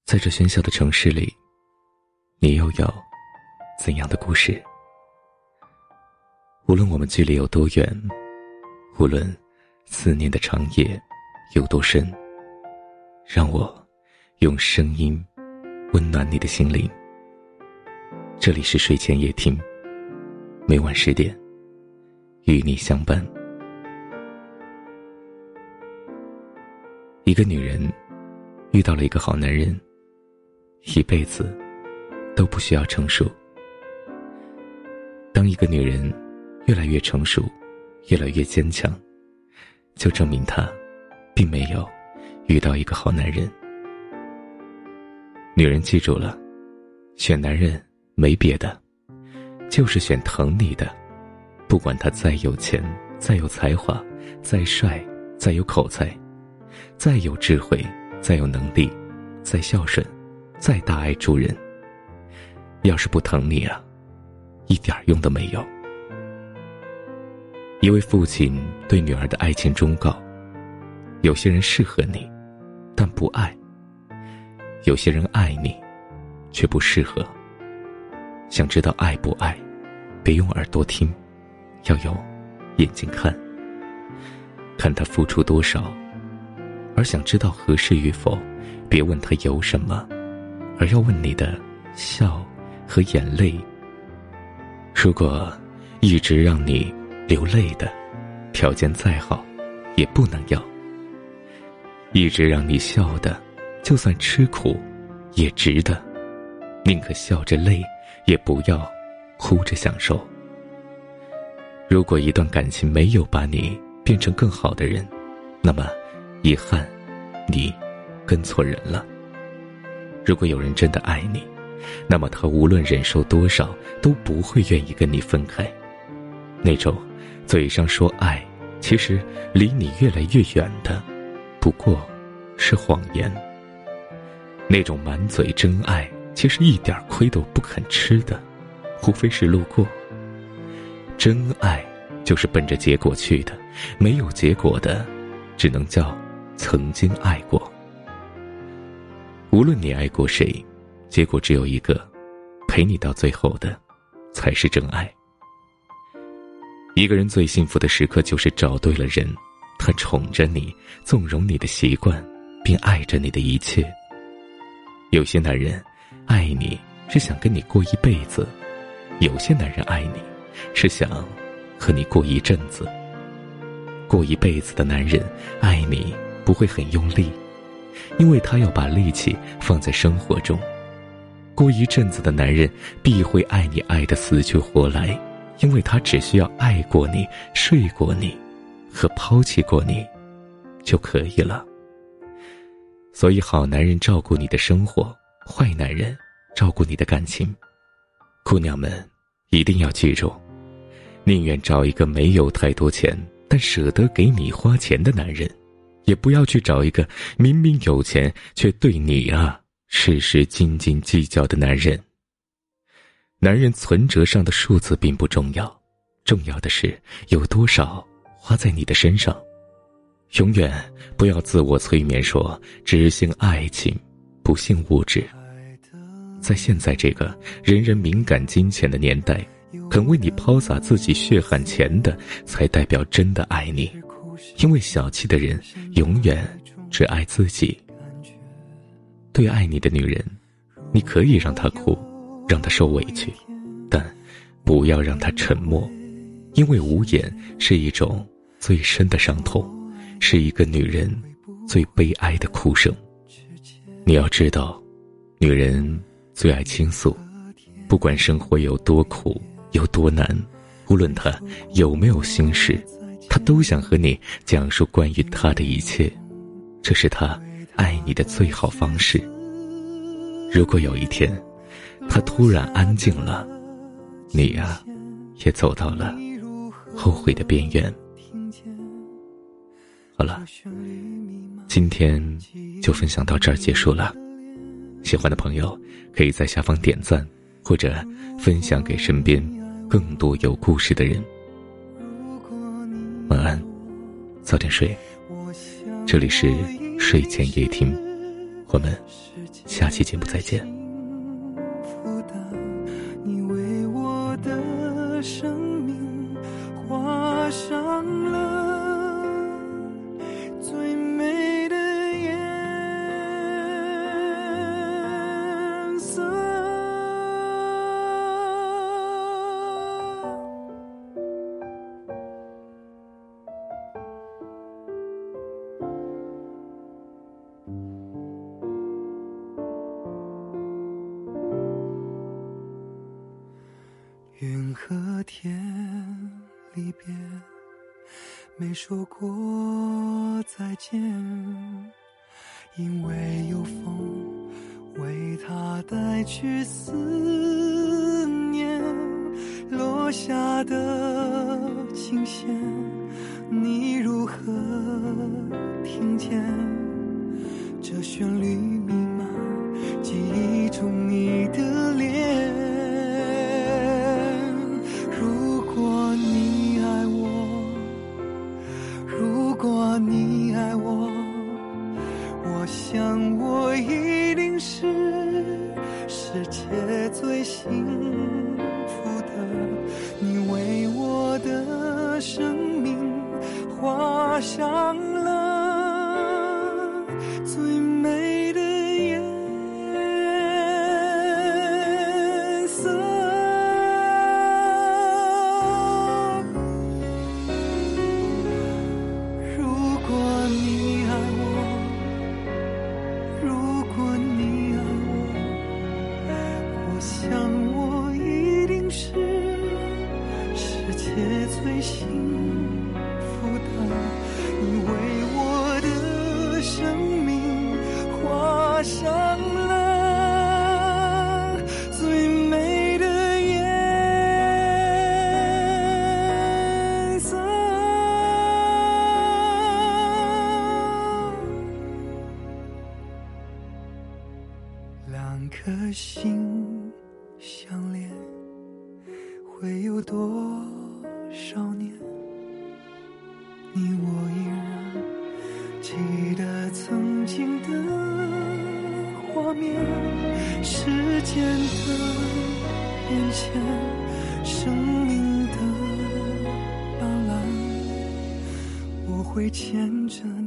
在这喧嚣的城市里，你又有怎样的故事？无论我们距离有多远，无论思念的长夜有多深，让我用声音温暖你的心灵。这里是睡前夜听，每晚10点与你相伴。一个女人遇到了一个好男人，一辈子都不需要成熟。当一个女人越来越成熟，越来越坚强，就证明她并没有遇到一个好男人。女人记住了，选男人没别的，就是选疼你的。不管他再有钱，再有才华，再帅，再有口才，再有智慧，再有能力，再孝顺，再大爱助人，要是不疼你啊，一点用都没有。一位父亲对女儿的爱情忠告：有些人适合你，但不爱；有些人爱你，却不适合。想知道爱不爱，别用耳朵听，要用眼睛看，看他付出多少。而想知道合适与否，别问他有什么，而要问你的笑和眼泪。如果一直让你流泪的，条件再好也不能要；一直让你笑的，就算吃苦也值得。宁可笑着泪，也不要哭着享受。如果一段感情没有把你变成更好的人，那么遗憾，你跟错人了。如果有人真的爱你，那么他无论忍受多少，都不会愿意跟你分开。那种嘴上说爱，其实离你越来越远的，不过是谎言。那种满嘴真爱，其实一点亏都不肯吃的，无非是路过。真爱就是奔着结果去的，没有结果的，只能叫曾经爱过。无论你爱过谁，结果只有一个，陪你到最后的才是真爱。一个人最幸福的时刻，就是找对了人，他宠着你，纵容你的习惯，并爱着你的一切。有些男人爱你是想跟你过一辈子，有些男人爱你是想和你过一阵子。过一辈子的男人爱你不会很用力，因为他要把力气放在生活中。过一阵子的男人必会爱你爱得死去活来，因为他只需要爱过你，睡过你和抛弃过你就可以了。所以好男人照顾你的生活，坏男人照顾你的感情。姑娘们一定要记住，宁愿找一个没有太多钱但舍得给你花钱的男人，也不要去找一个明明有钱却对你事事斤斤计较的男人。男人存折上的数字并不重要，重要的是有多少花在你的身上。永远不要自我催眠说只信爱情不信物质。在现在这个人人敏感金钱的年代，肯为你抛洒自己血汗钱的，才代表真的爱你。因为小气的人永远只爱自己。对爱你的女人，你可以让她哭，让她受委屈，但不要让她沉默。因为无言是一种最深的伤痛，是一个女人最悲哀的哭声。你要知道，女人最爱倾诉，不管生活有多苦有多难，无论她有没有心事，她都想和你讲述关于她的一切。这是她爱你的最好方式。如果有一天她突然安静了，你也走到了后悔的边缘。好了，今天就分享到这儿结束了。喜欢的朋友可以在下方点赞，或者分享给身边更多有故事的人。晚安，早点睡。这里是睡前夜听， 我们下期节目再见。 你为我的生命画上了最美的颜色。云和天离别，没说过再见，因为有风为它带去思念。落下的琴弦，你如何听见？这旋律密码记忆中你的脸。如果你爱我，如果你爱我，我想我一定是世界最幸福的。你为我的生命画上了最美的颜色。如果你爱我，如果你爱我，我想我一定是世界最幸福的。你为我的生命画上了最美的颜色。两颗心相连，会有多少年？你我依然记得曾经的画面，时间的变迁，生命的斑斓，我会牵着你